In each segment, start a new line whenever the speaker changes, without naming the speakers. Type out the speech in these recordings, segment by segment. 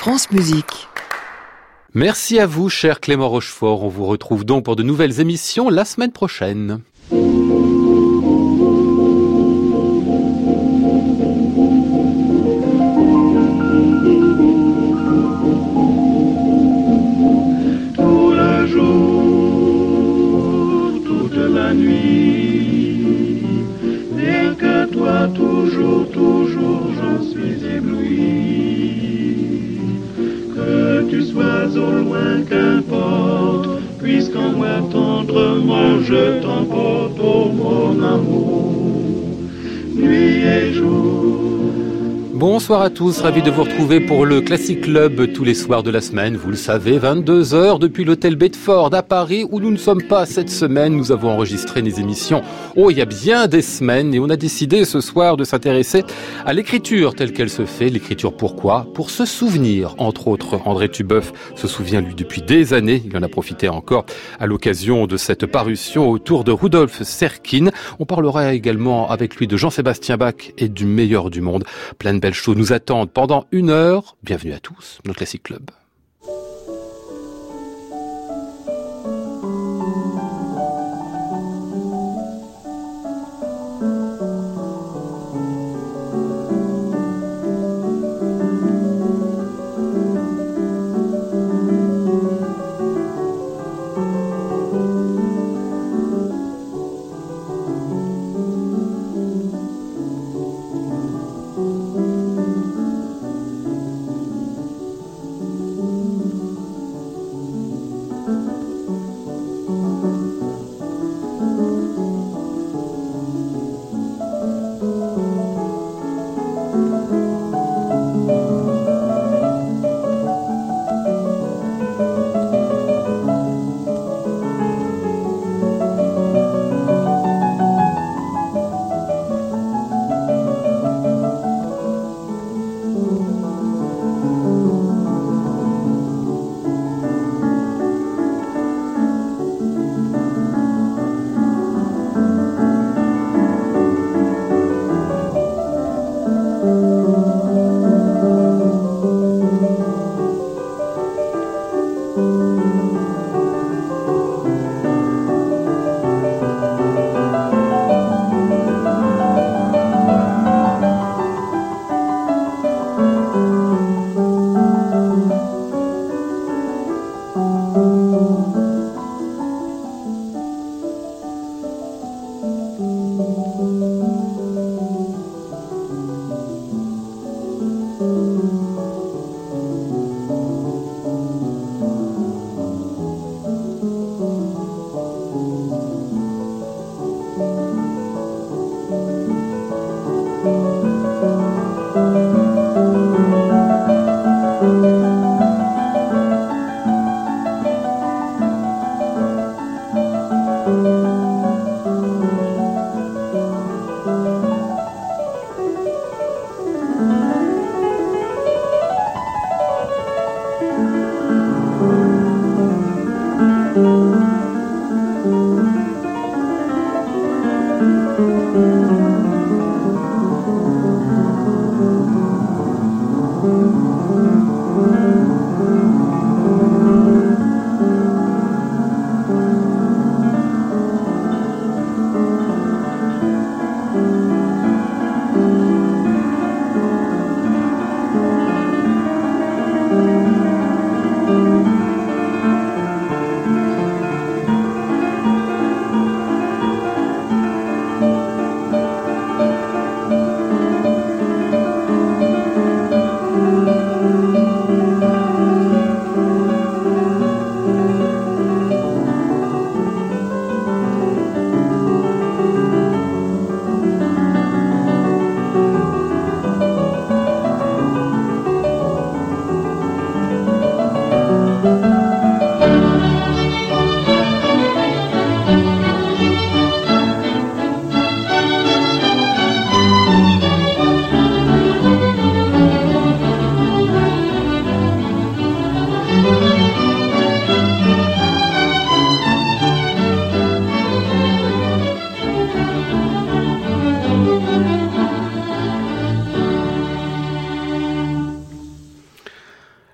France Musique.
Merci à vous, cher Clément Rochefort. On vous retrouve donc pour de nouvelles émissions la semaine prochaine.
Tout le jour, toute la nuit, rien que toi, toujours, j'en suis ébloui. Que tu sois au loin, qu'importe, puisqu'en moi tendrement je t'emporte, oh mon amour, nuit et jour.
Bonsoir à tous, ravi de vous retrouver pour le Classic Club tous les soirs de la semaine. Vous le savez, 22h depuis l'hôtel Bedford à Paris où nous ne sommes pas cette semaine. Nous avons enregistré des émissions, il y a bien des semaines, et on a décidé ce soir de s'intéresser à l'écriture telle qu'elle se fait. L'écriture pourquoi ? Pour se souvenir, entre autres. André Tubeuf se souvient lui depuis des années, il en a profité encore à l'occasion de cette parution autour de Rudolf Serkin. On parlera également avec lui de Jean-Sébastien Bach et du meilleur du monde. Plein de belles choses nous attendent pendant 1 heure. Bienvenue à tous, notre Classic Club.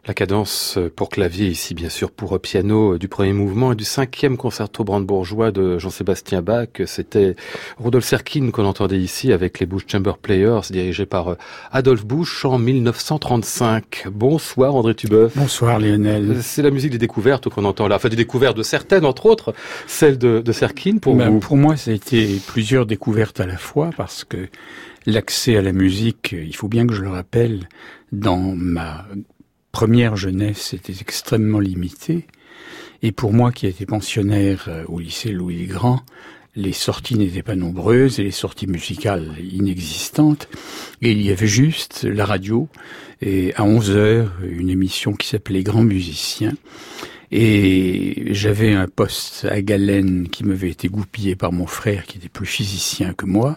La cadence pour clavier, ici bien sûr pour piano du premier mouvement et du 5e concerto brandebourgeois de Jean-Sébastien Bach. C'était Rudolf Serkin qu'on entendait ici avec les Bush Chamber Players dirigés par Adolphe Busch en 1935. Bonsoir André Tubeuf.
Bonsoir Lionel.
C'est la musique des découvertes qu'on entend là, enfin des découvertes de certaines entre autres, celle de Serkin pour vous.
Pour moi ça a été plusieurs découvertes à la fois parce que l'accès à la musique, il faut bien que je le rappelle, dans ma première jeunesse était extrêmement limitée, et pour moi qui étais pensionnaire au lycée Louis-le-Grand, les sorties n'étaient pas nombreuses et les sorties musicales inexistantes, et il y avait juste la radio, et à 11h, une émission qui s'appelait Grands musiciens, et j'avais un poste à Galène qui m'avait été goupillé par mon frère qui était plus physicien que moi.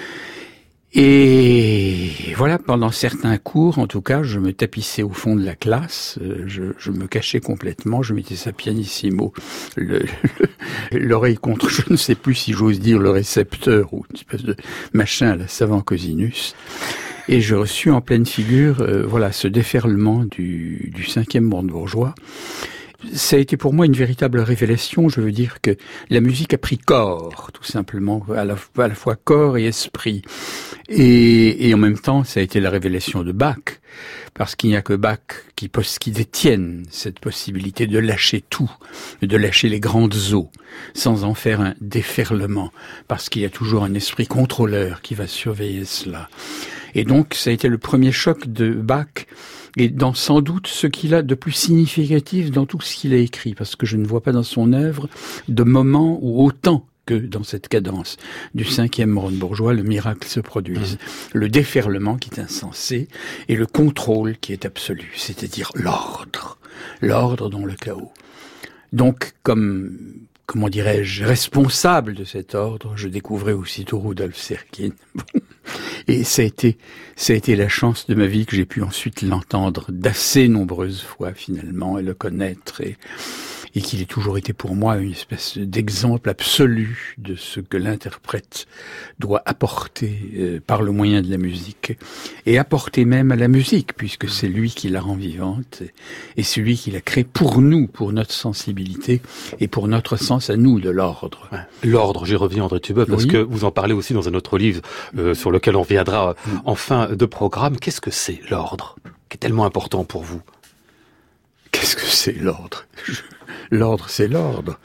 Et voilà, pendant certains cours, en tout cas, je me tapissais au fond de la classe, je me cachais complètement, je mettais ça pianissimo, l'oreille contre, je ne sais plus si j'ose dire le récepteur ou une espèce de machin à la savant Cosinus. Et je reçus en pleine figure, voilà, ce déferlement du 5e brandebourgeois. Ça a été pour moi une véritable révélation. Je veux dire que la musique a pris corps, tout simplement, à la fois corps et esprit. Et en même temps, ça a été la révélation de Bach, parce qu'il n'y a que Bach qui détienne cette possibilité de lâcher tout, de lâcher les grandes eaux, sans en faire un déferlement, parce qu'il y a toujours un esprit contrôleur qui va surveiller cela. Et donc, ça a été le premier choc de Bach, et dans sans doute ce qu'il a de plus significatif dans tout ce qu'il a écrit, parce que je ne vois pas dans son œuvre de moment où autant que dans cette cadence du 5e brandebourgeois, le miracle se produise. Le déferlement qui est insensé et le contrôle qui est absolu, c'est-à-dire l'ordre dans le chaos. Donc, comment dirais-je, responsable de cet ordre, je découvrais aussitôt Rudolf Serkin. Et ça a été la chance de ma vie que j'ai pu ensuite l'entendre d'assez nombreuses fois finalement et le connaître et qu'il ait toujours été pour moi une espèce d'exemple absolu de ce que l'interprète doit apporter par le moyen de la musique et apporter même à la musique puisque c'est lui qui la rend vivante et c'est lui qui l'a créée pour nous, pour notre sensibilité et pour notre sens à nous de l'ordre.
L'ordre, j'y reviens André Tubeuf parce que vous en parlez aussi dans un autre livre sur lequel on reviendra en fin de programme. Qu'est-ce que c'est l'ordre qui est tellement important pour vous?
Qu'est-ce que c'est l'ordre? L'ordre, c'est l'ordre.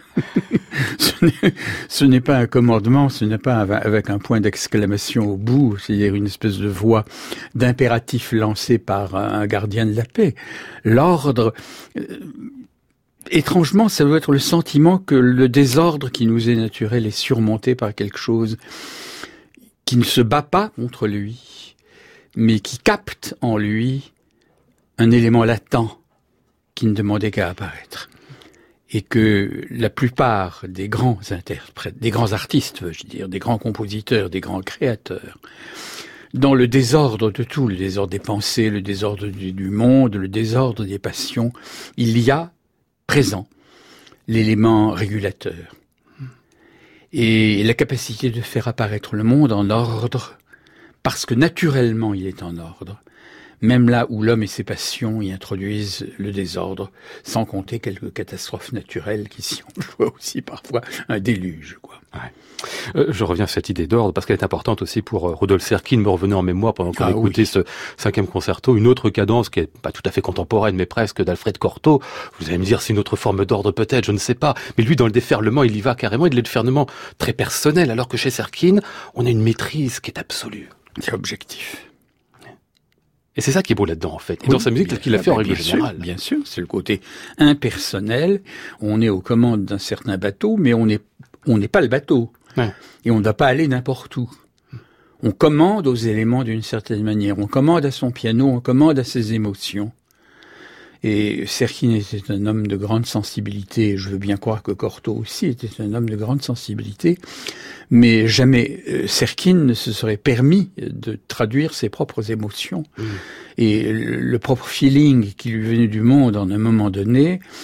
Ce n'est pas un commandement, ce n'est pas avec un point d'exclamation au bout, c'est-à-dire une espèce de voix d'impératif lancée par un gardien de la paix. L'ordre, étrangement, ça doit être le sentiment que le désordre qui nous est naturel est surmonté par quelque chose qui ne se bat pas contre lui, mais qui capte en lui un élément latent qui ne demandait qu'à apparaître. Et que la plupart des grands interprètes, des grands artistes, veux-je dire, des grands compositeurs, des grands créateurs, dans le désordre de tout, le désordre des pensées, le désordre du monde, le désordre des passions, il y a présent l'élément régulateur. Et la capacité de faire apparaître le monde en ordre, parce que naturellement il est en ordre, même là où l'homme et ses passions y introduisent le désordre, sans compter quelques catastrophes naturelles qui s'y emploient aussi parfois, un déluge, quoi.
Ouais. Je reviens à cette idée d'ordre parce qu'elle est importante aussi pour Rudolf Serkin. Me revenait en mémoire pendant qu'on écoutait ce 5e concerto, une autre cadence qui est pas tout à fait contemporaine mais presque d'Alfred Cortot. Vous allez me dire c'est une autre forme d'ordre peut-être, je ne sais pas. Mais lui dans le déferlement il y va carrément, il est le déferlement très personnel alors que chez Serkin on a une maîtrise qui est absolue.
C'est objectif.
Et c'est ça qui est beau là-dedans, en fait. Et dans sa musique, tel qu'il l'a fait en règle générale.
Bien sûr, c'est le côté impersonnel. On est aux commandes d'un certain bateau, mais on n'est pas le bateau. Ouais. Et on ne doit pas aller n'importe où. On commande aux éléments d'une certaine manière. On commande à son piano, on commande à ses émotions. Et Serkin était un homme de grande sensibilité. Je veux bien croire que Cortot aussi était un homme de grande sensibilité. Mais jamais Serkin ne se serait permis de traduire ses propres émotions. Et le propre feeling qui lui venait du monde en un moment donné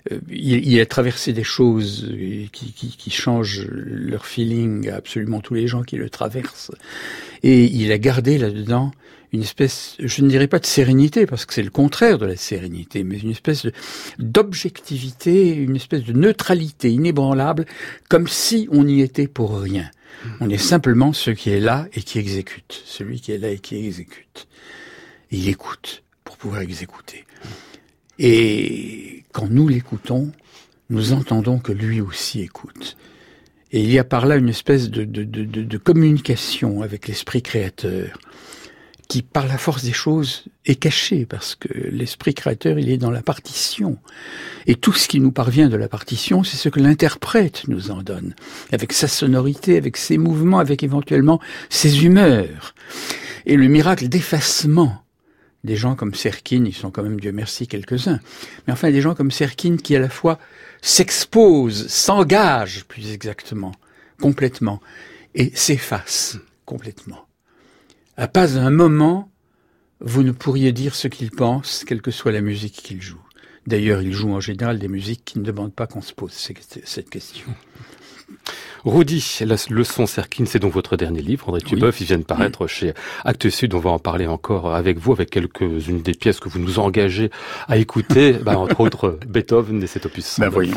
il a traversé des choses qui changent leur feeling à absolument tous les gens qui le traversent. Et il a gardé là-dedans une espèce, je ne dirais pas de sérénité, parce que c'est le contraire de la sérénité, mais une espèce d'objectivité, une espèce de neutralité inébranlable, comme si on y était pour rien. On est simplement ce qui est là et qui exécute. Celui qui est là et qui exécute. Et il écoute pour pouvoir exécuter. Et quand nous l'écoutons, nous entendons que lui aussi écoute. Et il y a par là une espèce de communication avec l'esprit créateur qui, par la force des choses, est caché, parce que l'esprit créateur, il est dans la partition. Et tout ce qui nous parvient de la partition, c'est ce que l'interprète nous en donne, avec sa sonorité, avec ses mouvements, avec éventuellement ses humeurs. Et le miracle d'effacement des gens comme Serkin, ils sont quand même, Dieu merci, quelques-uns, mais enfin des gens comme Serkin qui à la fois s'exposent, s'engagent plus exactement, complètement, et s'effacent complètement. À pas un moment, vous ne pourriez dire ce qu'il pense, quelle que soit la musique qu'il joue. D'ailleurs, il joue en général des musiques qui ne demandent pas qu'on se pose cette question.
Rudy, la leçon Serkin, c'est donc votre dernier livre, André Tubeuf, il vient de paraître chez Actes Sud, on va en parler encore avec vous, avec quelques-unes des pièces que vous nous engagez à écouter, entre autres Beethoven et cet opus 109.
Voyons.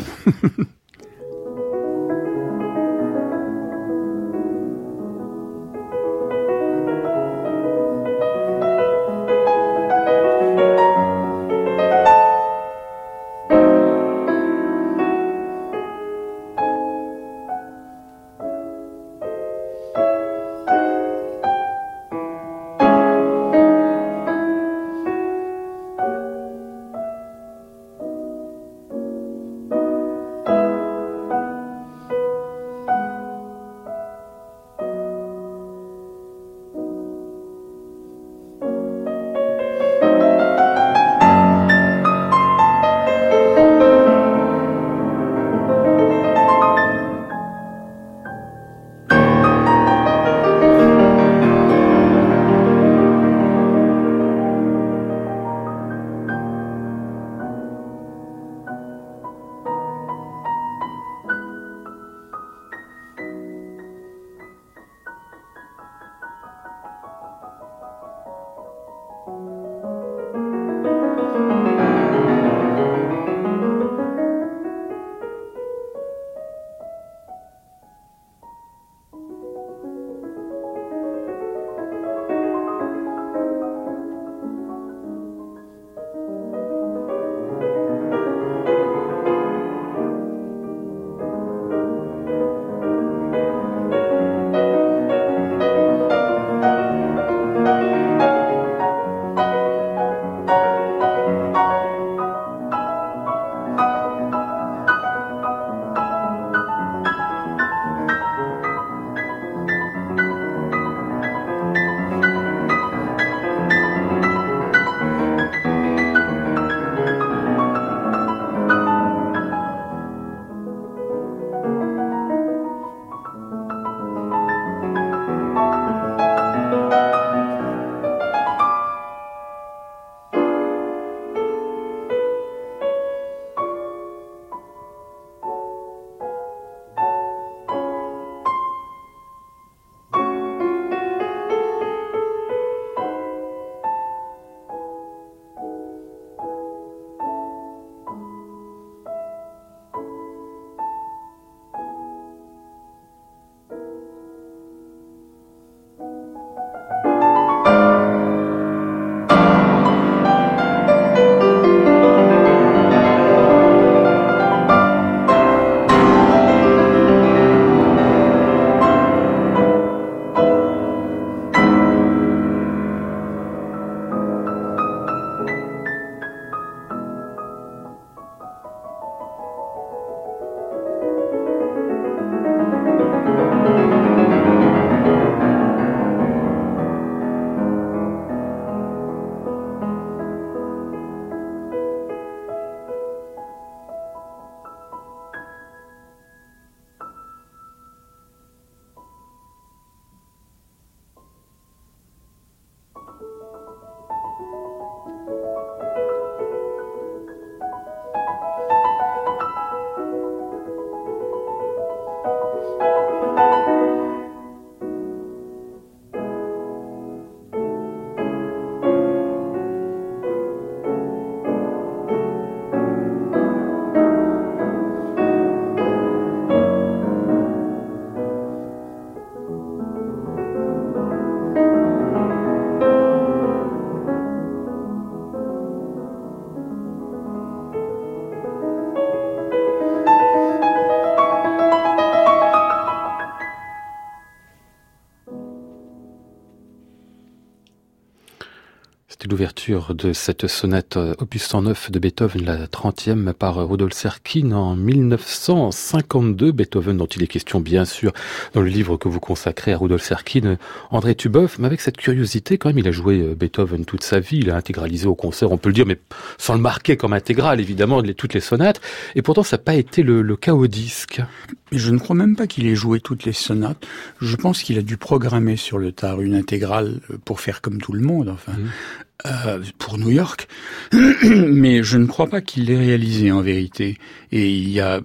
l'ouverture de cette sonate opus 109 de Beethoven, la 30e par Rudolf Serkin en 1952. Beethoven dont il est question bien sûr dans le livre que vous consacrez à Rudolf Serkin, André Tuboff. Mais avec cette curiosité quand même, il a joué Beethoven toute sa vie, il a intégralisé au concert, on peut le dire, mais sans le marquer comme intégral évidemment, toutes les sonates. Et pourtant ça n'a pas été le cas au disque.
Je ne crois même pas qu'il ait joué toutes les sonates. Je pense qu'il a dû programmer sur le tard une intégrale pour faire comme tout le monde, enfin, pour New York. Mais je ne crois pas qu'il l'ait réalisé en vérité. Et il y a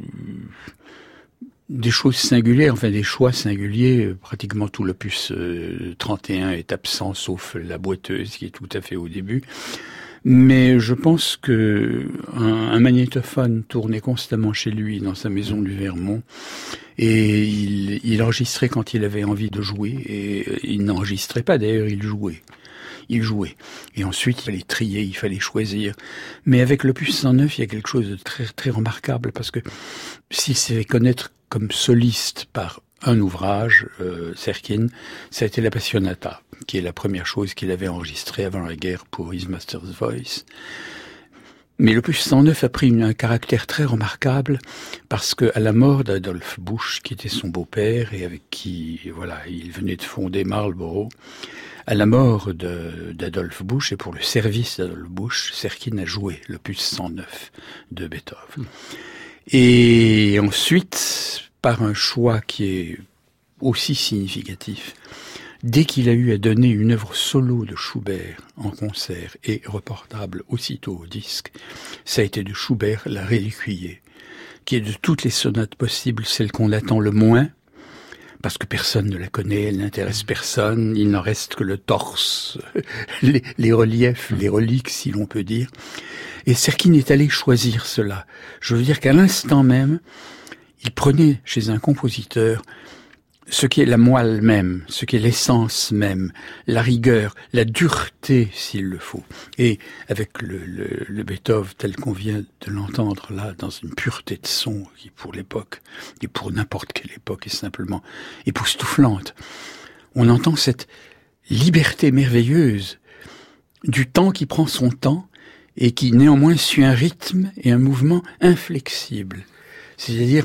des choses singulières, enfin des choix singuliers. Pratiquement tout l'opus 31 est absent, sauf la boiteuse qui est tout à fait au début. Mais je pense que un magnétophone tournait constamment chez lui dans sa maison du Vermont et il enregistrait quand il avait envie de jouer et il n'enregistrait pas d'ailleurs, il jouait. Et ensuite, il fallait trier, il fallait choisir. Mais avec l'opus 109, il y a quelque chose de très, très remarquable parce que s'il s'est fait connaître comme soliste par un ouvrage, Serkin, ça a été la Passionata, qui est la première chose qu'il avait enregistrée avant la guerre pour His Master's Voice. Mais l'opus 109 a pris un caractère très remarquable parce que à la mort d'Adolphe Busch, qui était son beau-père et avec qui, voilà, il venait de fonder Marlborough, à la mort d'Adolphe Busch et pour le service d'Adolphe Busch, Serkin a joué l'opus 109 de Beethoven. Et ensuite, par un choix qui est aussi significatif, dès qu'il a eu à donner une œuvre solo de Schubert en concert et reportable aussitôt au disque, ça a été de Schubert la Reliquie, qui est de toutes les sonates possibles celle qu'on attend le moins, parce que personne ne la connaît, elle n'intéresse personne, il n'en reste que le torse, les reliefs, les reliques si l'on peut dire. Et Serkin est allé choisir cela. Je veux dire qu'à l'instant même, il prenait chez un compositeur ce qui est la moelle même, ce qui est l'essence même, la rigueur, la dureté s'il le faut. Et avec le Beethoven tel qu'on vient de l'entendre là, dans une pureté de son qui pour l'époque, et pour n'importe quelle époque est simplement époustouflante, on entend cette liberté merveilleuse du temps qui prend son temps et qui néanmoins suit un rythme et un mouvement inflexible. C'est-à-dire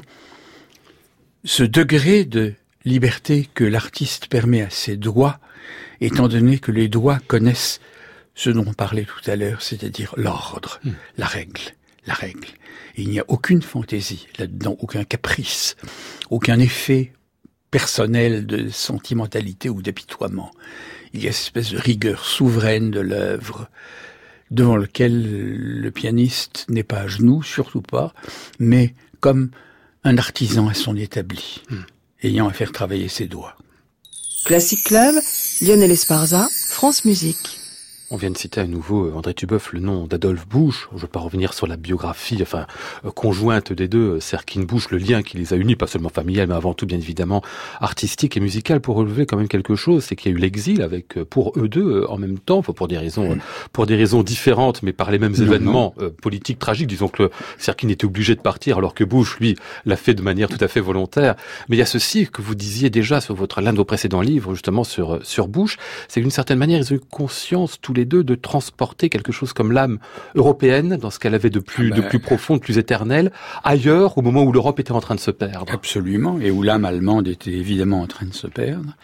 ce degré de liberté que l'artiste permet à ses doigts, étant donné que les doigts connaissent ce dont on parlait tout à l'heure, c'est-à-dire l'ordre, la règle. Et il n'y a aucune fantaisie là-dedans, aucun caprice, aucun effet personnel de sentimentalité ou d'apitoiement. Il y a cette espèce de rigueur souveraine de l'œuvre, devant lequel le pianiste n'est pas à genoux, surtout pas, mais comme un artisan à son établi, ayant à faire travailler ses doigts.
Classic Club, Lionel Esparza, France Musique.
On vient de citer à nouveau, André Tuboff, le nom d'Adolphe Busch. Je ne veux pas revenir sur la biographie, conjointe des deux, Serkin-Busch, le lien qui les a unis, pas seulement familial, mais avant tout, bien évidemment, artistique et musical, pour relever quand même quelque chose, c'est qu'il y a eu l'exil pour eux deux, en même temps, pour des raisons différentes, mais par les mêmes événements politiques tragiques. Disons que Serkin était obligé de partir, alors que Busch, lui, l'a fait de manière tout à fait volontaire. Mais il y a ceci que vous disiez déjà sur l'un de vos précédents livres, justement, sur Busch, c'est qu'une certaine manière, ils ont eu conscience, tous les deux, de transporter quelque chose comme l'âme européenne, dans ce qu'elle avait de plus profond, de plus éternel, ailleurs, au moment où l'Europe était en train de se perdre.
Absolument, et où l'âme allemande était évidemment en train de se perdre.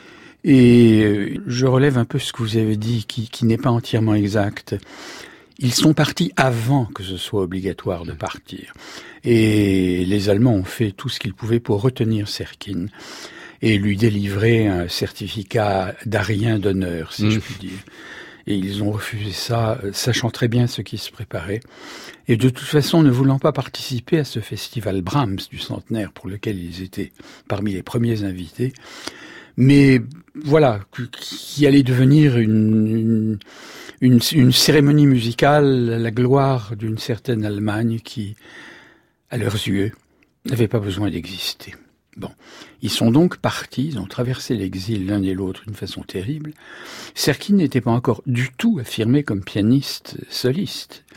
Et je relève un peu ce que vous avez dit, qui n'est pas entièrement exact. Ils sont partis avant que ce soit obligatoire de partir. Et les Allemands ont fait tout ce qu'ils pouvaient pour retenir Serkin et lui délivrer un certificat d'arien d'honneur, si je puis dire. Et ils ont refusé ça, sachant très bien ce qui se préparait. Et de toute façon, ne voulant pas participer à ce festival Brahms du centenaire pour lequel ils étaient parmi les premiers invités. Mais voilà, qui allait devenir une cérémonie musicale à la gloire d'une certaine Allemagne qui, à leurs yeux, n'avait pas besoin d'exister. Bon, ils sont donc partis, ils ont traversé l'exil l'un et l'autre d'une façon terrible. Serkin n'était pas encore du tout affirmé comme pianiste soliste.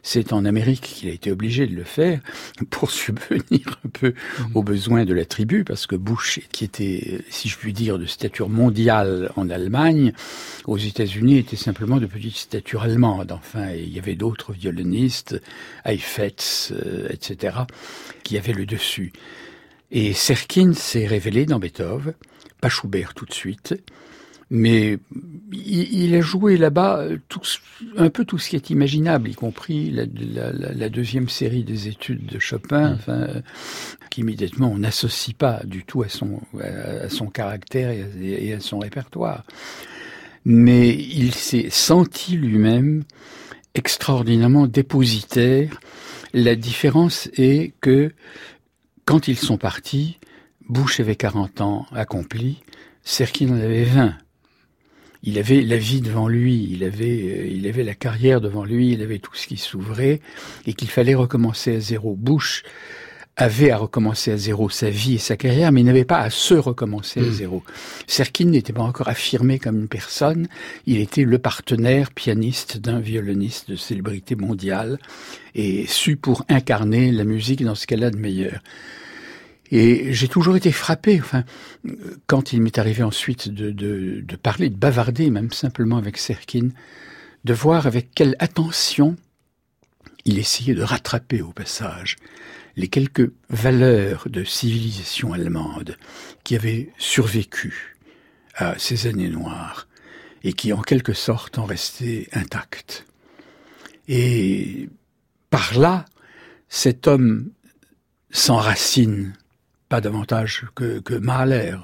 C'est en Amérique qu'il a été obligé de le faire pour subvenir un peu aux besoins de la tribu, parce que Bush, qui était, si je puis dire, de stature mondiale en Allemagne, aux États-Unis était simplement de petite stature allemande. Enfin, il y avait d'autres violonistes, Heifetz, etc., qui avaient le dessus. Et Serkin s'est révélé dans Beethoven, pas Schubert tout de suite, mais il a joué là-bas un peu tout ce qui est imaginable, y compris la deuxième série des études de Chopin, qu'immédiatement on n'associe pas du tout à son caractère et à son répertoire. Mais il s'est senti lui-même extraordinairement dépositaire. La différence est que quand ils sont partis, Bush avait 40 ans accomplis, Serkin en avait 20. Il avait la vie devant lui, il avait la carrière devant lui, il avait tout ce qui s'ouvrait et qu'il fallait recommencer à zéro. Bush avait à recommencer à zéro sa vie et sa carrière, mais il n'avait pas à se recommencer à zéro. Serkin n'était pas encore affirmé comme une personne, il était le partenaire pianiste d'un violoniste de célébrité mondiale et su pour incarner la musique dans ce qu'elle a de meilleur. Et j'ai toujours été frappé, quand il m'est arrivé ensuite de parler, de bavarder, même simplement avec Serkin, de voir avec quelle attention il essayait de rattraper au passage les quelques valeurs de civilisation allemande qui avaient survécu à ces années noires et qui, en quelque sorte, en restaient intactes. Et par là, cet homme s'enracine pas davantage que Mahler,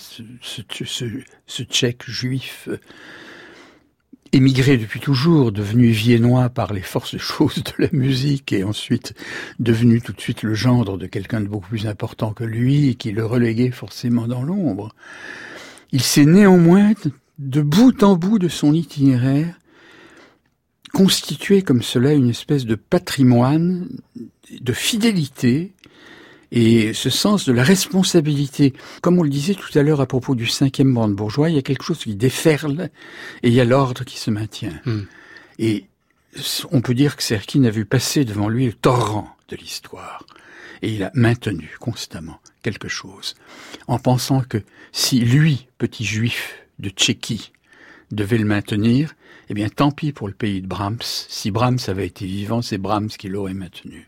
ce Tchèque juif émigré depuis toujours, devenu viennois par les forces choses de la musique et ensuite devenu tout de suite le gendre de quelqu'un de beaucoup plus important que lui et qui le reléguait forcément dans l'ombre. Il s'est néanmoins, de bout en bout de son itinéraire, constitué comme cela une espèce de patrimoine, de fidélité, et ce sens de la responsabilité. Comme on le disait tout à l'heure à propos du 5e brandebourgeois, il y a quelque chose qui déferle et il y a l'ordre qui se maintient. Et on peut dire que Serkin a vu passer devant lui le torrent de l'histoire. Et il a maintenu constamment quelque chose, en pensant que si lui, petit juif de Tchéquie, devait le maintenir, eh bien tant pis pour le pays de Brahms. Si Brahms avait été vivant, c'est Brahms qui l'aurait maintenu.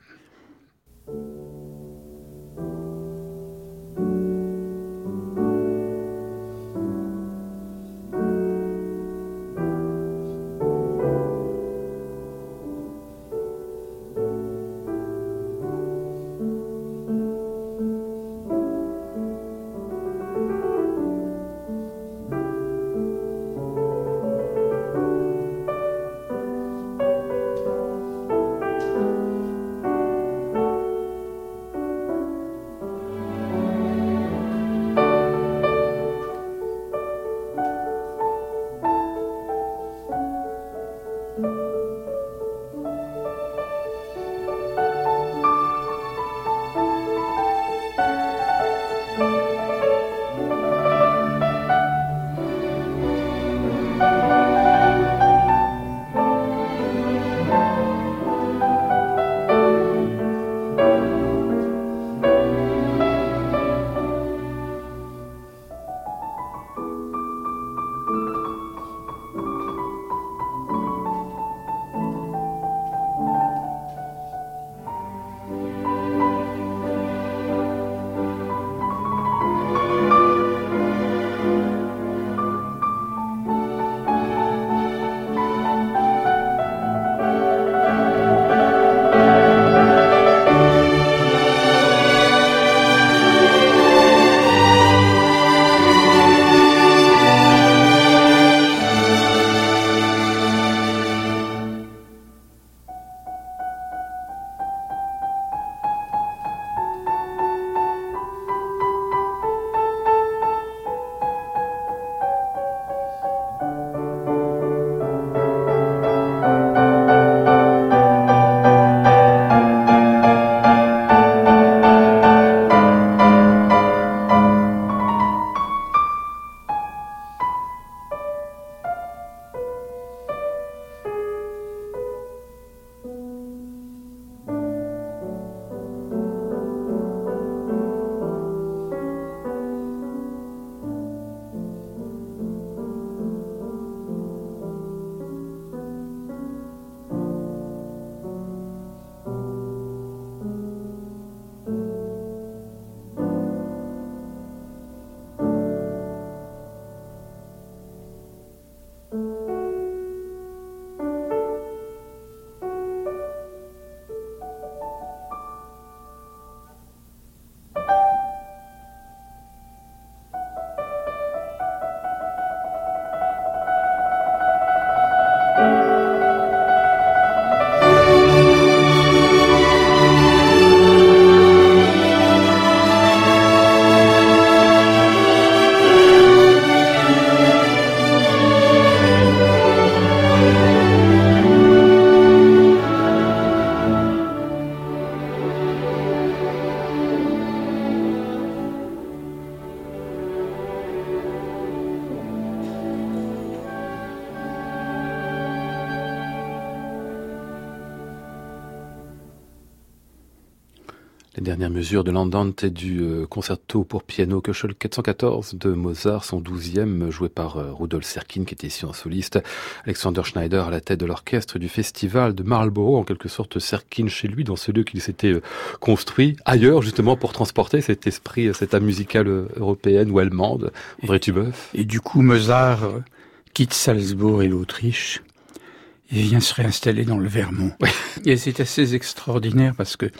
Les dernières mesures de l'Andante et du concerto pour piano Köchel 414 de Mozart, son 12e, joué par Rudolf Serkin, qui était ici en soliste. Alexander Schneider à la tête de l'orchestre du festival de Marlborough, en quelque sorte Serkin chez lui, dans ce lieu qu'il s'était construit ailleurs, justement, pour transporter cet esprit, cette âme musicale européenne ou allemande. André Tubeuf.
Et du coup, Mozart quitte Salzbourg et l'Autriche et vient se réinstaller dans le Vermont.
Oui.
Et c'est assez extraordinaire parce que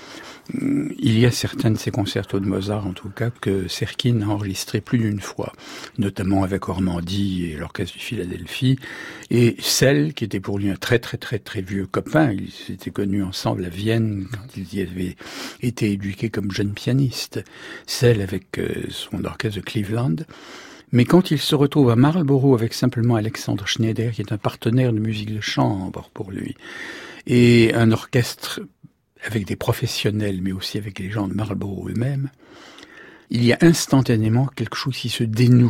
il y a certains de ces concertos de Mozart, en tout cas, que Serkin a enregistrés plus d'une fois, notamment avec Ormandy et l'orchestre du Philadelphie, et Sell, qui était pour lui un très très très très vieux copain. Ils s'étaient connus ensemble à Vienne quand ils y avaient été éduqués comme jeunes pianistes. Sell avec son orchestre de Cleveland. Mais quand il se retrouve à Marlborough avec simplement Alexander Schneider, qui est un partenaire de musique de chambre pour lui, et un orchestre avec des professionnels, mais aussi avec les gens de Marlborough eux-mêmes, il y a instantanément quelque chose qui se dénoue.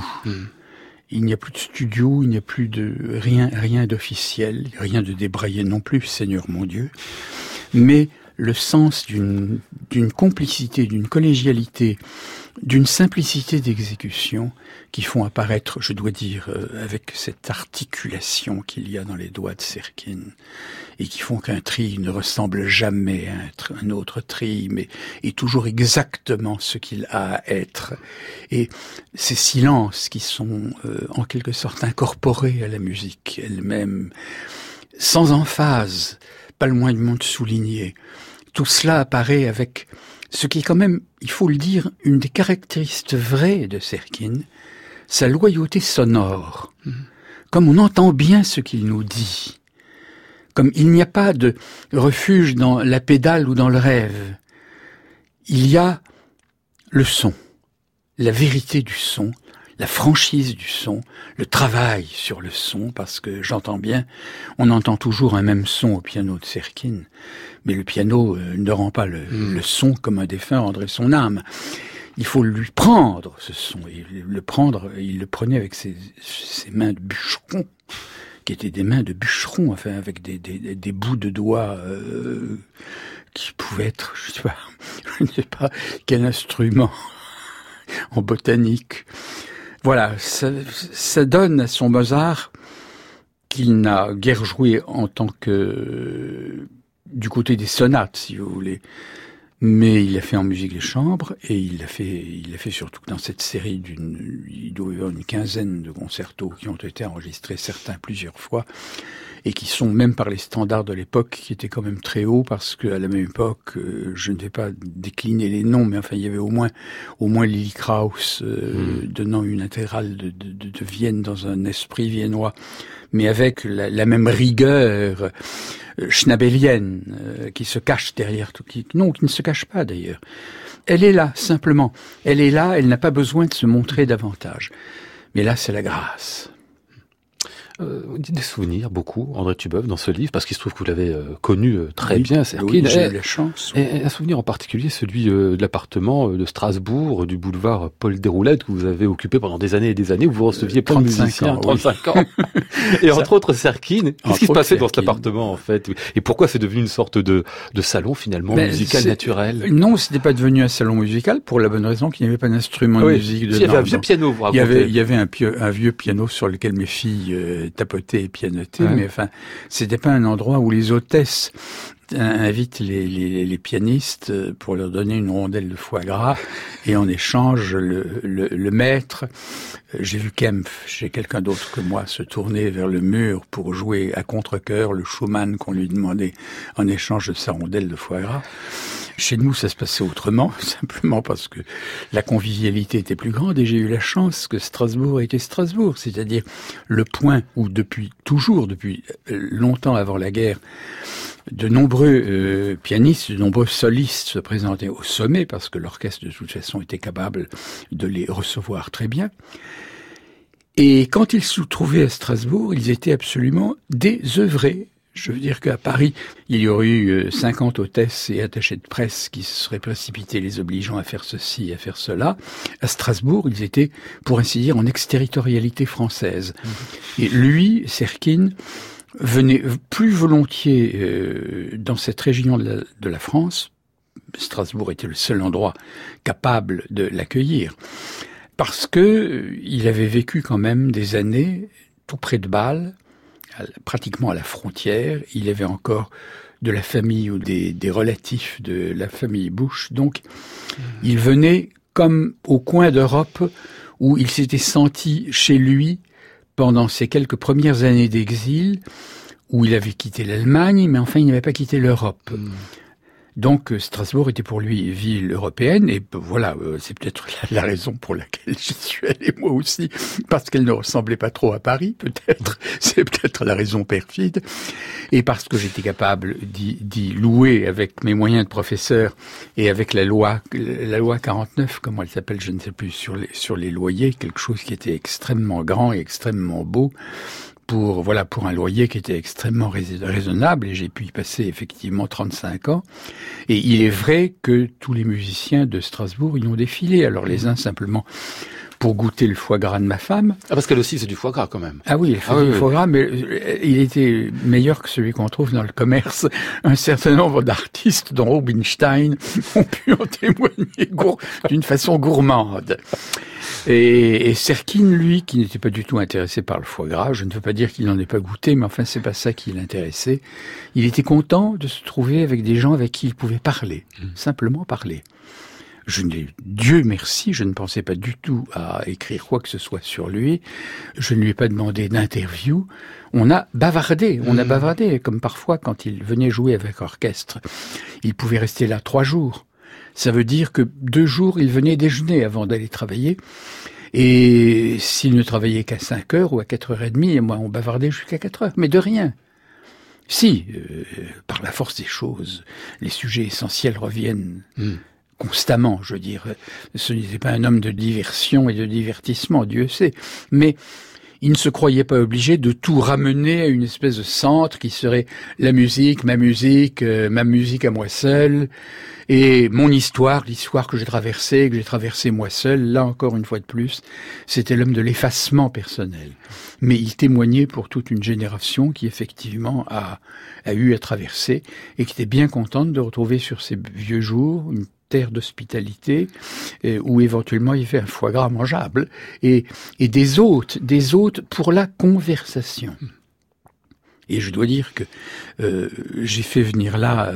Il n'y a plus de studio, il n'y a plus de rien d'officiel, rien de débraillé non plus, Seigneur mon Dieu, mais le sens d'une complicité, d'une collégialité, d'une simplicité d'exécution qui font apparaître, je dois dire, avec cette articulation qu'il y a dans les doigts de Serkin, et qui font qu'un tri ne ressemble jamais à un autre tri, mais est toujours exactement ce qu'il a à être. Et ces silences qui sont en quelque sorte incorporés à la musique elle-même, sans emphase, pas le moins du monde souligné, tout cela apparaît avec ce qui est quand même, il faut le dire, une des caractéristiques vraies de Serkin, sa loyauté sonore. Comme on entend bien ce qu'il nous dit. Comme il n'y a pas de refuge dans la pédale ou dans le rêve. Il y a le son, la vérité du son, la franchise du son, le travail sur le son, parce que j'entends bien, on entend toujours un même son au piano de Serkin, mais le piano ne rend pas le son comme un défunt rendrait son âme. Il faut lui prendre ce son, et le prendre, il le prenait avec ses mains de bûcheron, qui étaient des mains de bûcheron, enfin avec des bouts de doigts qui pouvaient être, je ne sais pas quel instrument en botanique. Voilà, ça donne à son Mozart, qu'il n'a guère joué en tant que du côté des sonates, si vous voulez, mais il l'a fait en musique de chambre, et il l'a fait surtout dans cette série il doit y avoir une quinzaine de concertos qui ont été enregistrés, certains plusieurs fois, et qui sont, même par les standards de l'époque, qui étaient quand même très hauts, parce qu'à la même époque, je ne vais pas décliner les noms, mais enfin, il y avait au moins Lily Krauss, donnant une intégrale de Vienne dans un esprit viennois, mais avec la même rigueur schnabelienne, qui se cache derrière tout, qui ne se cache pas d'ailleurs. Elle est là, simplement. Elle est là, elle n'a pas besoin de se montrer davantage. Mais là, c'est la grâce.
Vous dites des souvenirs, beaucoup, André Tubeuf, dans ce livre, parce qu'il se trouve que vous l'avez connu très bien, Serkin.
Oui, j'ai eu la chance.
Et un souvenir en particulier, celui de l'appartement de Strasbourg, du boulevard Paul Déroulette, que vous avez occupé pendant des années et des années, où vous receviez plein de musiciens, 35 ans. Et entre autres Serkin. Qu'est-ce qui se passait dans cet appartement, en fait? Et pourquoi c'est devenu une sorte de salon, finalement, musical naturel?
Non, c'était pas devenu un salon musical, pour la bonne raison qu'il n'y avait pas d'instrument de musique dedans.
Il y avait un vieux piano, vous racontez.
Il y avait un vieux piano sur lequel mes filles tapoter et pianoter, mais enfin, c'était pas un endroit où les hôtesses invitent les pianistes pour leur donner une rondelle de foie gras, et en échange, le maître, j'ai vu Kempf, chez quelqu'un d'autre que moi, se tourner vers le mur pour jouer à contre-cœur le Schumann qu'on lui demandait en échange de sa rondelle de foie gras. Chez nous, ça se passait autrement, simplement parce que la convivialité était plus grande, et j'ai eu la chance que Strasbourg était Strasbourg, c'est-à-dire le point où depuis longtemps avant la guerre, de nombreux pianistes, de nombreux solistes se présentaient au sommet, parce que l'orchestre de toute façon était capable de les recevoir très bien. Et quand ils se trouvaient à Strasbourg, ils étaient absolument désœuvrés. Je veux dire qu'à Paris, il y aurait eu 50 hôtesses et attachés de presse qui se seraient précipités, les obligeant à faire ceci, à faire cela. À Strasbourg, ils étaient, pour ainsi dire, en exterritorialité française. Et lui, Serkin, venait plus volontiers dans cette région de la France, Strasbourg était le seul endroit capable de l'accueillir. Parce que il avait vécu quand même des années tout près de Bâle, pratiquement à la frontière. Il avait encore de la famille ou des relatifs de la famille Bush. Donc, il venait comme au coin d'Europe où il s'était senti chez lui pendant ces quelques premières années d'exil, où il avait quitté l'Allemagne, mais enfin, il n'avait pas quitté l'Europe. Donc Strasbourg était pour lui ville européenne, et voilà, c'est peut-être la raison pour laquelle j'y suis allé moi aussi, parce qu'elle ne ressemblait pas trop à Paris, peut-être, c'est peut-être la raison perfide, et parce que j'étais capable d'y louer avec mes moyens de professeur, et avec la loi 49, comment elle s'appelle, je ne sais plus, sur les loyers, quelque chose qui était extrêmement grand et extrêmement beau, pour un loyer qui était extrêmement raisonnable, et j'ai pu y passer effectivement 35 ans. Et il est vrai que tous les musiciens de Strasbourg y ont défilé. Alors les uns simplement pour goûter le foie gras de ma femme.
Ah, parce qu'elle aussi c'est du foie gras quand même.
Ah oui, elle fait du foie gras, mais il était meilleur que celui qu'on trouve dans le commerce. Un certain nombre d'artistes, dont Rubinstein, ont pu en témoigner d'une façon gourmande. Et Serkin, lui, qui n'était pas du tout intéressé par le foie gras, je ne veux pas dire qu'il n'en ait pas goûté, mais enfin, c'est pas ça qui l'intéressait. Il était content de se trouver avec des gens avec qui il pouvait parler, simplement parler. Dieu merci, je ne pensais pas du tout à écrire quoi que ce soit sur lui. Je ne lui ai pas demandé d'interview. On a bavardé, comme parfois quand il venait jouer avec orchestre. Il pouvait rester là 3 jours. Ça veut dire que 2 jours, il venait déjeuner avant d'aller travailler. Et s'il ne travaillait qu'à 5 heures ou à 4h30, moi, on bavardait jusqu'à 4 heures. Mais de rien. Si, par la force des choses, les sujets essentiels reviennent constamment, je veux dire. Ce n'était pas un homme de diversion et de divertissement, Dieu sait. Mais il ne se croyait pas obligé de tout ramener à une espèce de centre qui serait la musique, ma musique à moi seul, et mon histoire, l'histoire que j'ai traversée moi seul. Là encore une fois de plus, c'était l'homme de l'effacement personnel. Mais il témoignait pour toute une génération qui effectivement a eu à traverser et qui était bien contente de retrouver sur ses vieux jours une terre d'hospitalité où éventuellement il fait un foie gras mangeable et des hôtes pour la conversation. Et je dois dire que j'ai fait venir là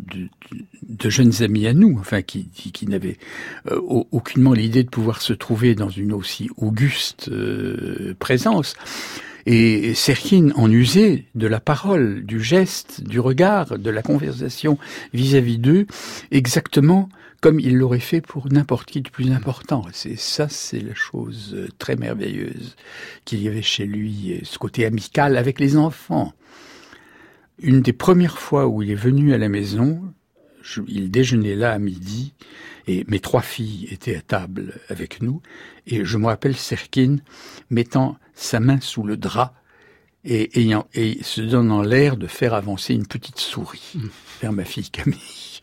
de jeunes amis à nous, enfin qui n'avaient aucunement l'idée de pouvoir se trouver dans une aussi auguste présence. Et Serkin en usait de la parole, du geste, du regard, de la conversation vis-à-vis d'eux, exactement comme il l'aurait fait pour n'importe qui de plus important. C'est la chose très merveilleuse qu'il y avait chez lui, ce côté amical avec les enfants. Une des premières fois où il est venu à la maison, il déjeunait là à midi, et mes 3 filles étaient à table avec nous, et je me rappelle Serkin mettant sa main sous le drap et se donnant l'air de faire avancer une petite souris vers ma fille Camille.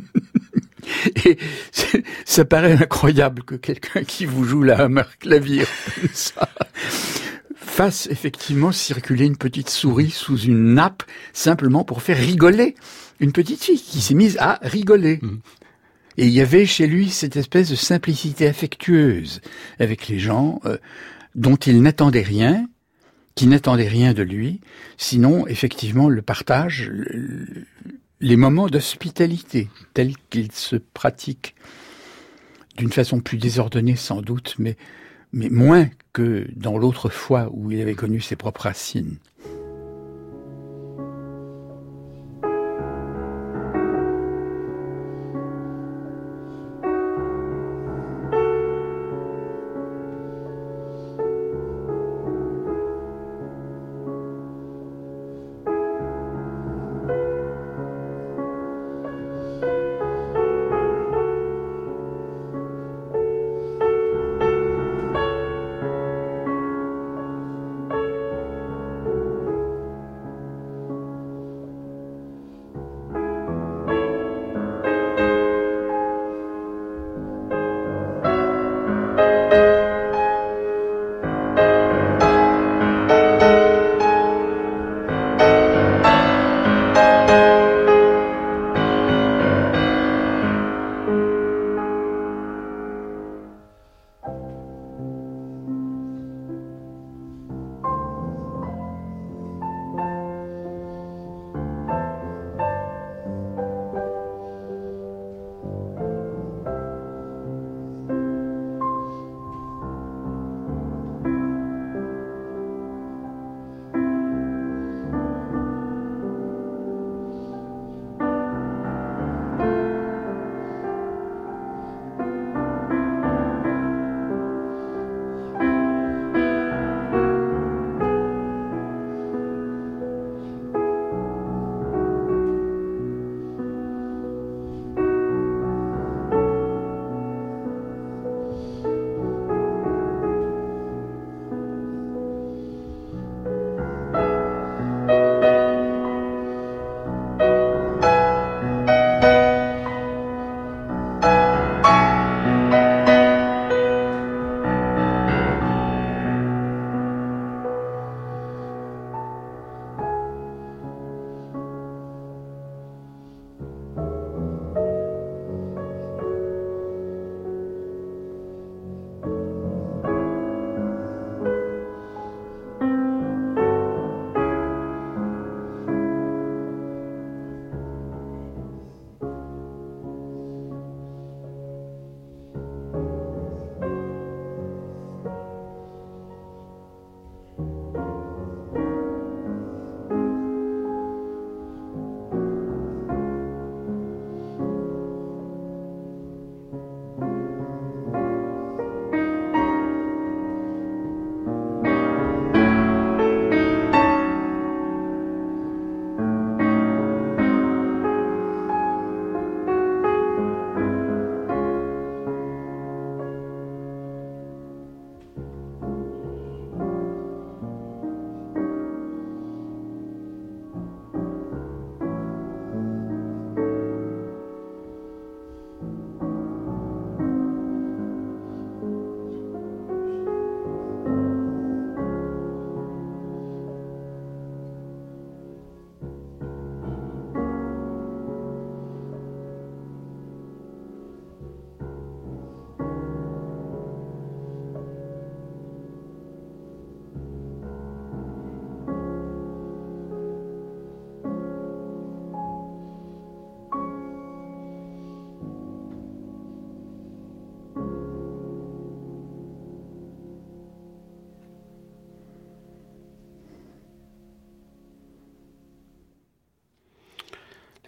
Et ça paraît incroyable que quelqu'un qui vous joue la hammer clavier comme ça fasse effectivement circuler une petite souris sous une nappe simplement pour faire rigoler une petite fille qui s'est mise à rigoler. Et il y avait chez lui cette espèce de simplicité affectueuse avec les gens dont il n'attendait rien, qui n'attendaient rien de lui, sinon effectivement le partage, les moments d'hospitalité tels qu'ils se pratiquent d'une façon plus désordonnée sans doute, mais moins que dans l'autre fois où il avait connu ses propres racines.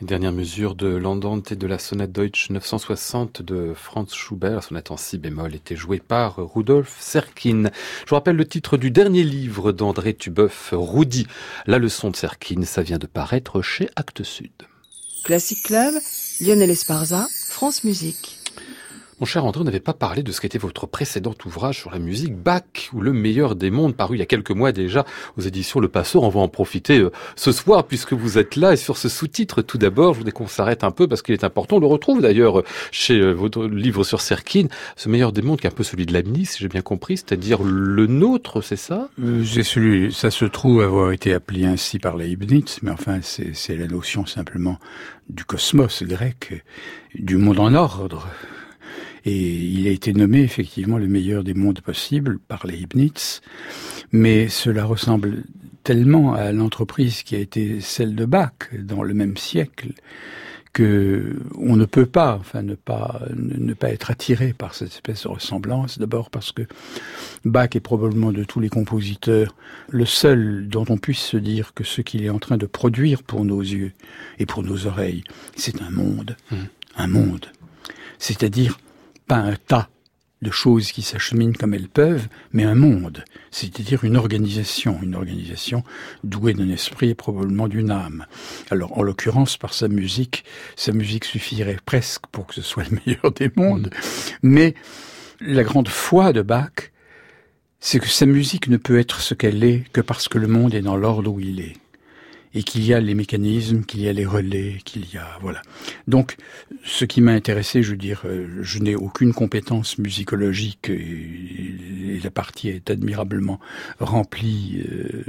Une dernière mesure de l'Andante et de la sonate Deutsch 960 de Franz Schubert. La sonate en si bémol était jouée par Rudolf Serkin. Je vous rappelle le titre du dernier livre d'André Tubeuf, Rudi. La leçon de Serkin, ça vient de paraître chez Actes Sud.
Classic Club, Lionel Esparza, France Musique.
Mon cher André, on n'avait pas parlé de ce qu'était votre précédent ouvrage sur la musique, Bach, ou Le meilleur des mondes, paru il y a quelques mois déjà aux éditions Le Passeur. On va en profiter ce soir puisque vous êtes là. Et sur ce sous-titre, tout d'abord, je voudrais qu'on s'arrête un peu parce qu'il est important. On le retrouve d'ailleurs chez votre livre sur Serkin, ce meilleur des mondes qui est un peu celui de Leibniz, si j'ai bien compris, c'est-à-dire le nôtre, c'est ça?
Ça se trouve avoir été appelé ainsi par Leibniz, mais enfin c'est la notion simplement du cosmos grec, du monde en ordre. Et il a été nommé effectivement le meilleur des mondes possibles par Leibniz, mais cela ressemble tellement à l'entreprise qui a été celle de Bach dans le même siècle que on ne peut pas, ne pas être attiré par cette espèce de ressemblance. D'abord parce que Bach est probablement de tous les compositeurs le seul dont on puisse se dire que ce qu'il est en train de produire pour nos yeux et pour nos oreilles, c'est un monde. Un monde. C'est-à-dire pas un tas de choses qui s'acheminent comme elles peuvent, mais un monde, c'est-à-dire une organisation douée d'un esprit et probablement d'une âme. Alors, en l'occurrence, par sa musique suffirait presque pour que ce soit le meilleur des mondes, mais la grande foi de Bach, c'est que sa musique ne peut être ce qu'elle est que parce que le monde est dans l'ordre où il est. Et qu'il y a les mécanismes, qu'il y a les relais, voilà. Donc, ce qui m'a intéressé, je veux dire, je n'ai aucune compétence musicologique et la partie est admirablement remplie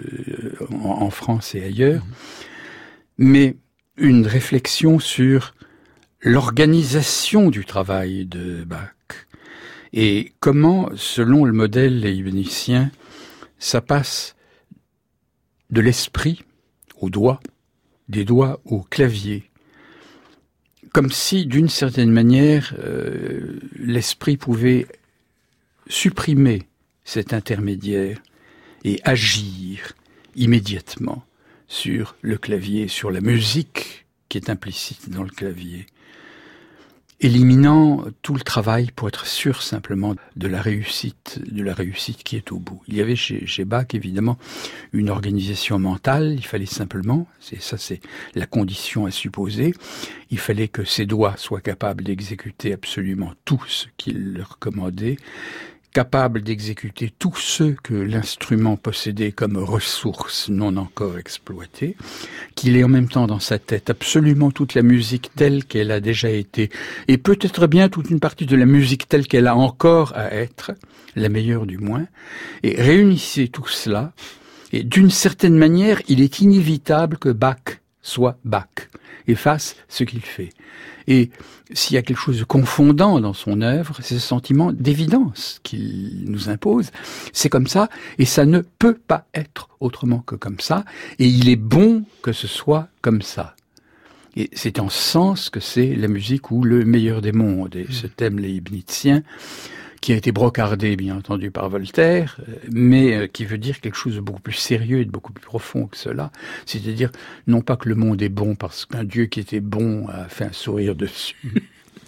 en France et ailleurs, mais une réflexion sur l'organisation du travail de Bach et comment, selon le modèle leibnizien, ça passe de l'esprit aux doigts, des doigts au clavier, comme si, d'une certaine manière, l'esprit pouvait supprimer cet intermédiaire et agir immédiatement sur le clavier, sur la musique qui est implicite dans le clavier, éliminant tout le travail pour être sûr simplement de la réussite qui est au bout. Il y avait chez Bach, évidemment, une organisation mentale, il fallait simplement, c'est la condition à supposer, il fallait que ses doigts soient capables d'exécuter absolument tout ce qu'il leur commandait, capable d'exécuter tout ce que l'instrument possédait comme ressources non encore exploitées, qu'il ait en même temps dans sa tête absolument toute la musique telle qu'elle a déjà été, et peut-être bien toute une partie de la musique telle qu'elle a encore à être, la meilleure du moins, et réunissez tout cela, et d'une certaine manière, il est inévitable que Bach soit Bach, et fasse ce qu'il fait. Et s'il y a quelque chose de confondant dans son œuvre, c'est ce sentiment d'évidence qu'il nous impose. C'est comme ça, et ça ne peut pas être autrement que comme ça, et il est bon que ce soit comme ça. Et c'est en ce sens que c'est la musique ou le meilleur des mondes, et ce thème leibnizien, qui a été brocardé, bien entendu, par Voltaire, mais qui veut dire quelque chose de beaucoup plus sérieux et de beaucoup plus profond que cela. C'est-à-dire, non pas que le monde est bon parce qu'un Dieu qui était bon a fait un sourire dessus,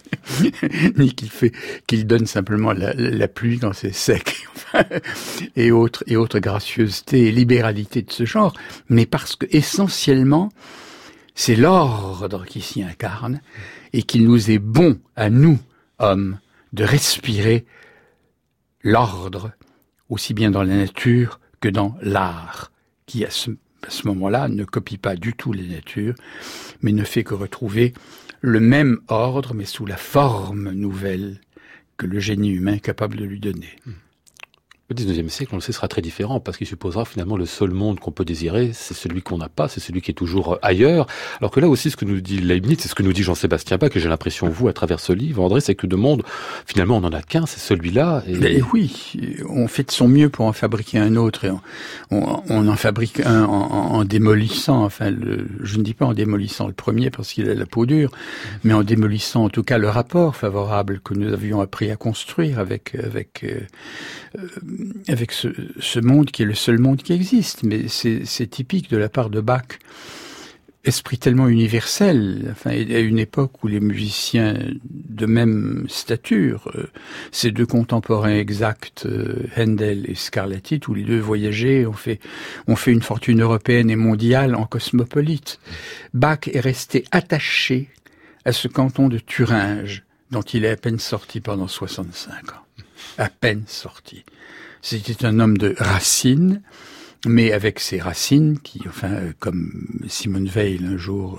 ni qu'il donne simplement la pluie quand c'est sec, et autres gracieusetés et libéralités de ce genre, mais parce que, essentiellement, c'est l'ordre qui s'y incarne, et qu'il nous est bon, à nous, hommes, de respirer l'ordre, aussi bien dans la nature que dans l'art, qui à ce moment-là ne copie pas du tout les natures, mais ne fait que retrouver le même ordre, mais sous la forme nouvelle que le génie humain est capable de lui donner.
Le 19e siècle, on le sait, sera très différent parce qu'il supposera finalement le seul monde qu'on peut désirer, c'est celui qu'on n'a pas, c'est celui qui est toujours ailleurs. Alors que là aussi, ce que nous dit Leibniz, c'est ce que nous dit Jean-Sébastien Bach, et j'ai l'impression, vous, à travers ce livre, André, c'est que de monde, finalement, on n'en a qu'un, c'est celui-là.
Et oui, on fait de son mieux pour en fabriquer un autre, et on en fabrique un en démolissant, je ne dis pas en démolissant le premier parce qu'il a la peau dure, mais en démolissant en tout cas le rapport favorable que nous avions appris à construire avec ce monde qui est le seul monde qui existe. Mais c'est typique de la part de Bach. esprit tellement universel, enfin, à une époque où les musiciens de même stature, ces deux contemporains exacts, Handel et Scarlatti, tous les deux voyagés, ont fait une fortune européenne et mondiale en cosmopolite. Bach est resté attaché à ce canton de Thuringe, dont il est à peine sorti pendant 65 ans. À peine sorti. C'était un homme de racines, mais avec ces racines qui, comme Simone Weil un jour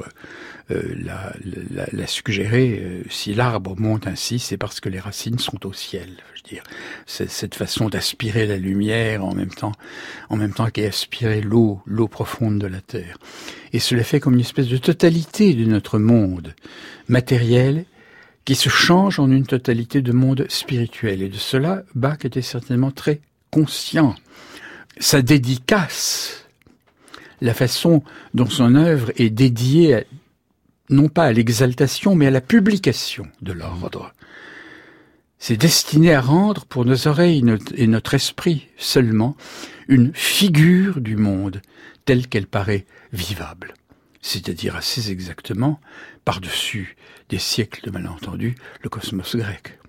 l'a suggéré, si l'arbre monte ainsi, c'est parce que les racines sont au ciel. Je veux dire, c'est cette façon d'aspirer la lumière en même temps qu'aspirer l'eau profonde de la terre. Et cela fait comme une espèce de totalité de notre monde matériel qui se change en une totalité de monde spirituel. Et de cela, Bach était certainement très conscient. Sa dédicace, la façon dont son œuvre est dédiée, non pas à l'exaltation, mais à la publication de l'ordre, c'est destiné à rendre pour nos oreilles et notre esprit seulement une figure du monde telle qu'elle paraît vivable. C'est-à-dire assez exactement, par-dessus des siècles de malentendus, le cosmos grec.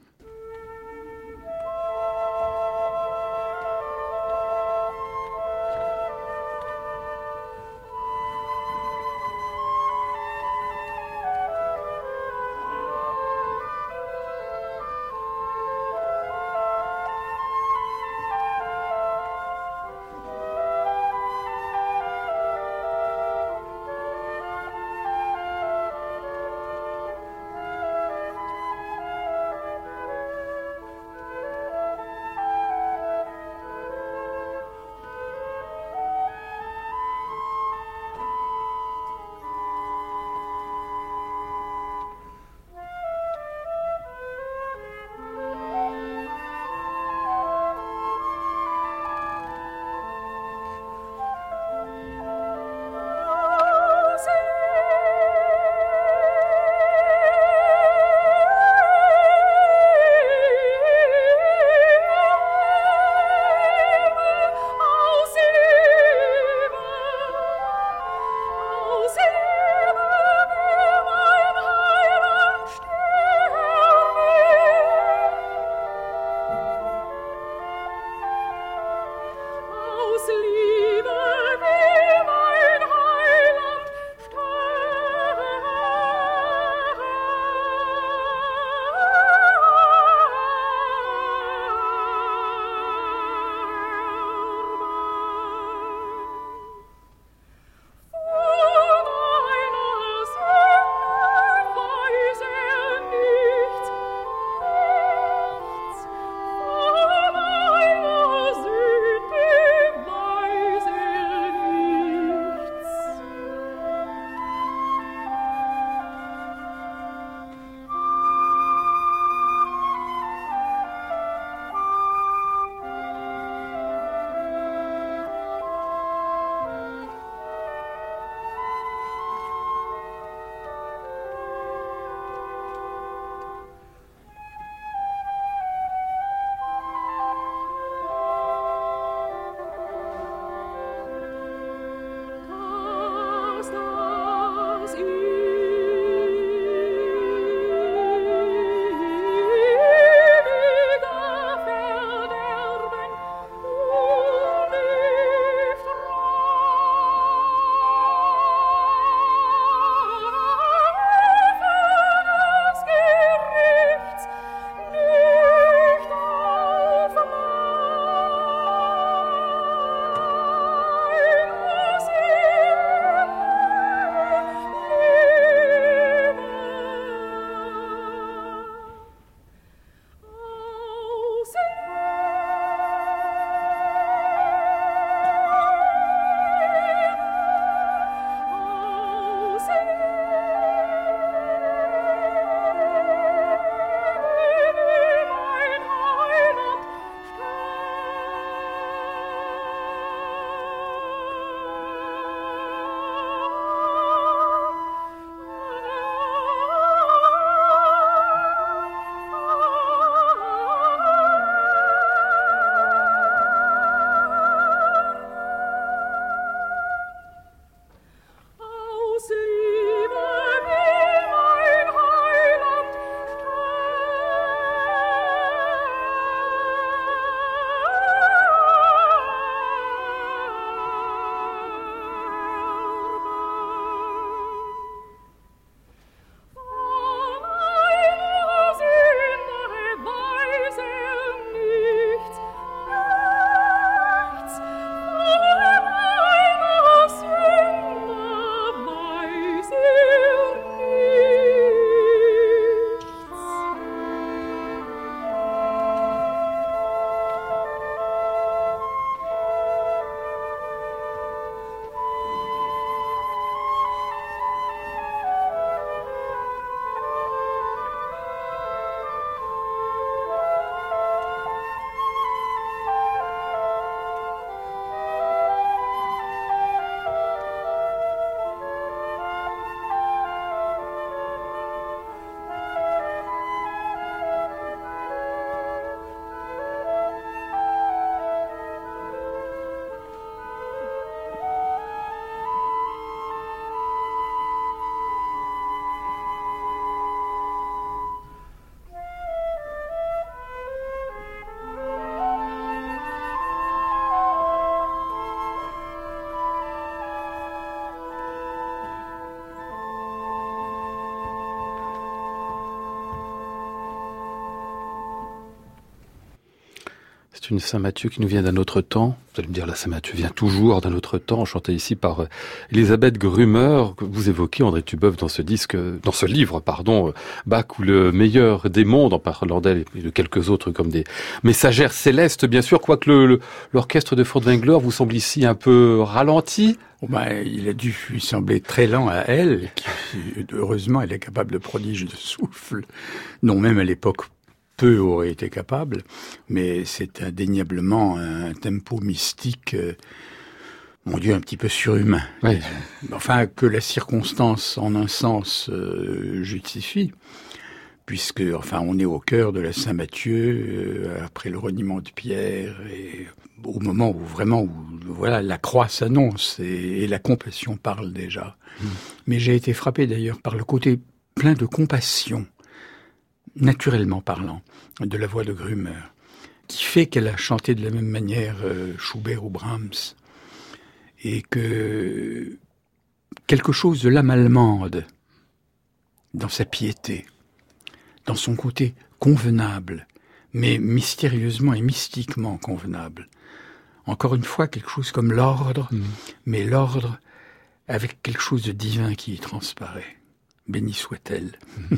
C'est une Saint-Mathieu qui nous vient d'un autre temps. Vous allez me dire, la Saint-Mathieu vient toujours d'un autre temps, chantée ici par Elisabeth Grumer, que vous évoquez, André Tubeuf, dans ce livre, Bach ou le meilleur des mondes, en parlant d'elle et de quelques autres comme des messagères célestes, bien sûr, quoique l'orchestre de Furtwängler vous semble ici un peu ralenti.
Il a dû lui sembler très lent à elle, heureusement elle est capable de prodiges de souffle, dont même à l'époque peu auraient été capables, mais c'est indéniablement un tempo mystique, mon Dieu, un petit peu surhumain.
Oui.
Enfin, que la circonstance, en un sens, justifie, puisque, on est au cœur de la Saint-Matthieu, après le reniement de Pierre, et au moment où la croix s'annonce et la compassion parle déjà. Mais j'ai été frappé d'ailleurs par le côté plein de compassion, naturellement parlant, de la voix de Grumer, qui fait qu'elle a chanté de la même manière Schubert ou Brahms, et que quelque chose de l'âme allemande, dans sa piété, dans son côté convenable, mais mystérieusement et mystiquement convenable. Encore une fois, quelque chose comme l'ordre, mais l'ordre avec quelque chose de divin qui y transparaît. Béni soit-elle.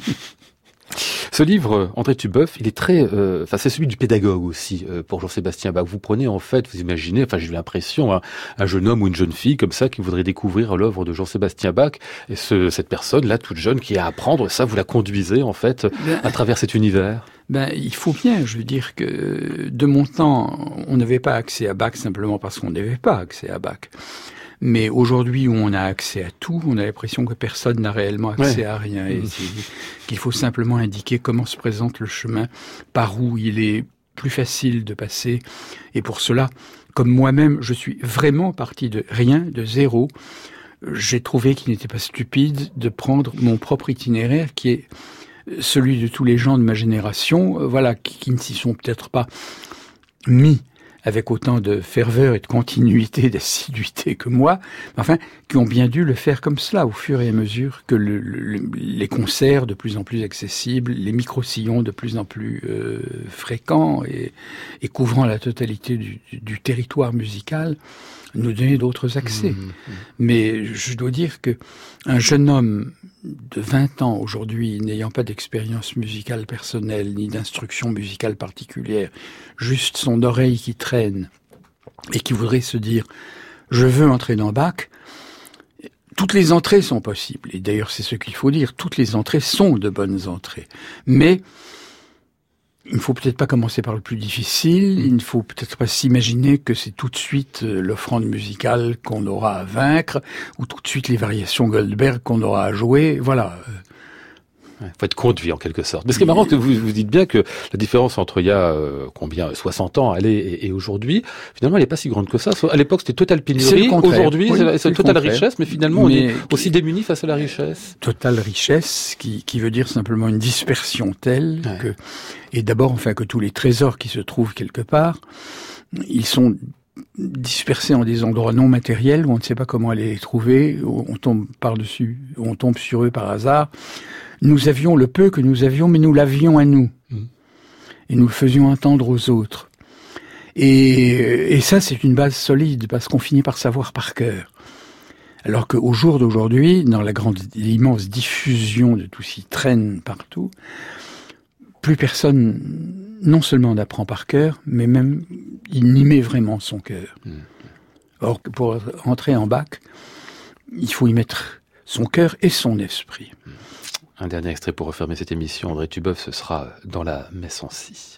Ce livre, André Tubeuf, il est très, c'est celui du pédagogue aussi pour Jean-Sébastien Bach. Vous prenez en fait, vous imaginez, j'ai eu l'impression, un jeune homme ou une jeune fille comme ça qui voudrait découvrir l'œuvre de Jean-Sébastien Bach, et cette personne-là, toute jeune, qui a à apprendre, ça, vous la conduisez en fait à travers cet univers.
Il faut bien, je veux dire que de mon temps, on n'avait pas accès à Bach simplement parce qu'on n'avait pas accès à Bach. Mais aujourd'hui où on a accès à tout, on a l'impression que personne n'a réellement accès à rien. Et qu'il faut simplement indiquer comment se présente le chemin, par où il est plus facile de passer. Et pour cela, comme moi-même, je suis vraiment parti de rien, de zéro. J'ai trouvé qu'il n'était pas stupide de prendre mon propre itinéraire, qui est celui de tous les gens de ma génération, qui ne s'y sont peut-être pas mis avec autant de ferveur et de continuité, d'assiduité que moi, qui ont bien dû le faire comme cela, au fur et à mesure que les concerts de plus en plus accessibles, les micro-sillons de plus en plus fréquents et couvrant la totalité du territoire musical, nous donnaient d'autres accès. Mais je dois dire que un jeune homme de 20 ans aujourd'hui, n'ayant pas d'expérience musicale personnelle, ni d'instruction musicale particulière, juste son oreille qui traîne, et qui voudrait se dire « je veux entrer dans Bach », toutes les entrées sont possibles. Et d'ailleurs, c'est ce qu'il faut dire, toutes les entrées sont de bonnes entrées. Mais il ne faut peut-être pas commencer par le plus difficile, il ne faut peut-être pas s'imaginer que c'est tout de suite l'offrande musicale qu'on aura à vaincre, ou tout de suite les variations Goldberg qu'on aura à jouer, voilà.
Faut être conduit en quelque sorte. Mais ce qui est marrant, que vous dites bien que la différence entre il y a 60 ans et aujourd'hui, finalement, elle n'est pas si grande que ça. À l'époque, c'était totale pénurie. Aujourd'hui, c'est totale richesse, mais finalement, on est aussi démunis face à la richesse.
Totale richesse, qui veut dire simplement une dispersion telle que, et d'abord, que tous les trésors qui se trouvent quelque part, ils sont dispersés en des endroits non matériels où on ne sait pas comment aller les trouver, on tombe par-dessus, on tombe sur eux par hasard. Nous avions le peu que nous avions, mais nous l'avions à nous. Et nous le faisions entendre aux autres. Et ça, c'est une base solide, parce qu'on finit par savoir par cœur. Alors qu'au jour d'aujourd'hui, dans l'immense diffusion de tout ce qui traîne partout, plus personne, non seulement n'apprend par cœur, mais même, il n'y met vraiment son cœur. Or, pour entrer en Bach, il faut y mettre son cœur et son esprit.
Un dernier extrait pour refermer cette émission, André Tubeuf, ce sera dans la messe en si.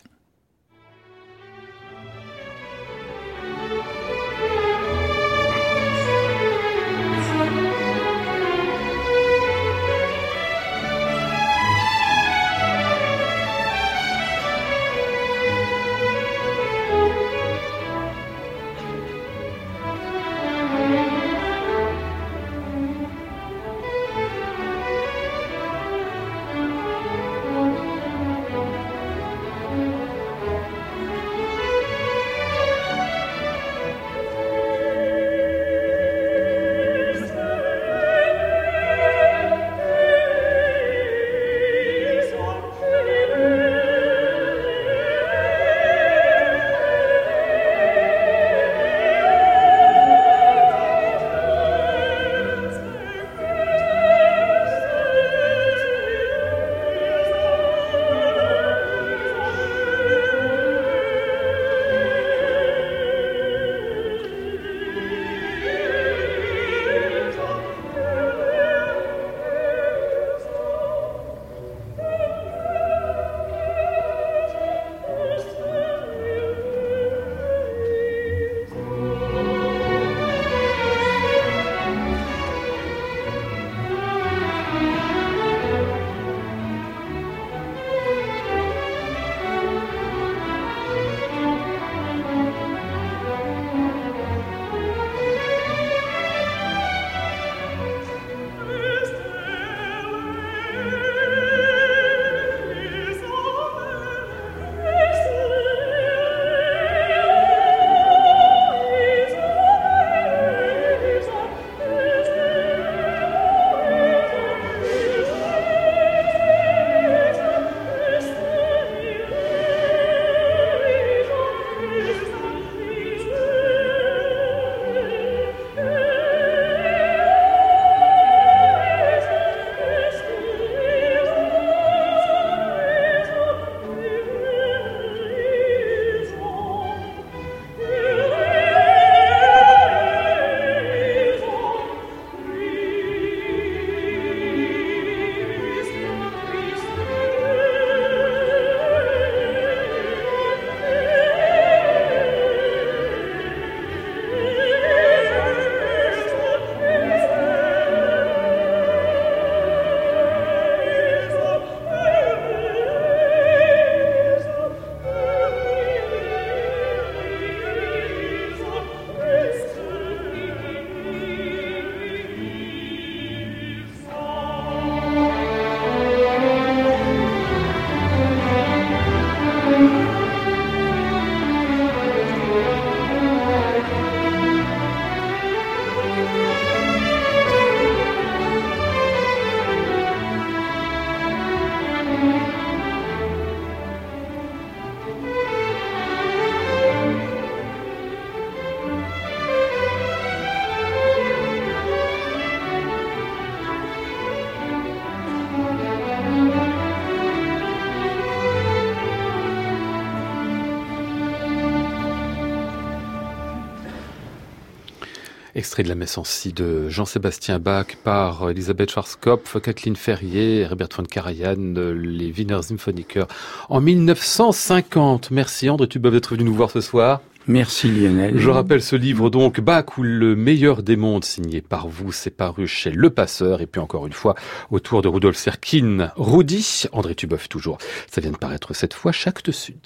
Extrait de la messe en si de Jean-Sébastien Bach par Elisabeth Schwarzkopf, Kathleen Ferrier, Herbert von Karajan, les Wiener Symphoniker en 1950. Merci André Tubeuf d'être venu nous voir ce soir.
Merci Lionel.
Je rappelle ce livre donc, Bach ou le meilleur des mondes, signé par vous, c'est paru chez Le Passeur, et puis encore une fois, autour de Rudolf Serkin, Rudy, André Tubeuf toujours. Ça vient de paraître cette fois, Chaque de Sud.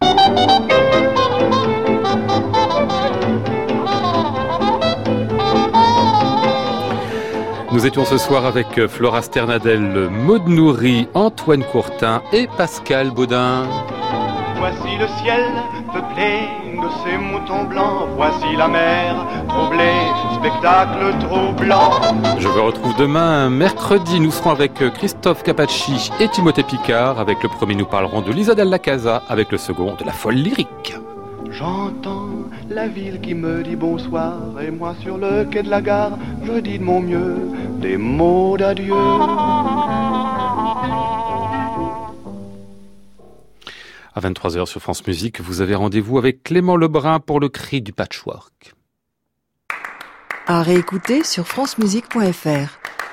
Nous étions ce soir avec Flora Sternadel, Maud Nourri, Antoine Courtin et Pascal Baudin.
Voici le ciel peuplé de ces moutons blancs. Voici la mer troublée, spectacle troublant.
Je vous retrouve demain, mercredi. Nous serons avec Christophe Capacci et Timothée Picard. Avec le premier, nous parlerons de Lisa Della Casa. Avec le second, de la folle lyrique.
J'entends la ville qui me dit bonsoir. Et moi sur le quai de la gare, je dis de mon mieux des mots d'adieu.
À 23h sur France Musique, vous avez rendez-vous avec Clément Lebrun pour le cri du patchwork.
À réécouter sur francemusique.fr.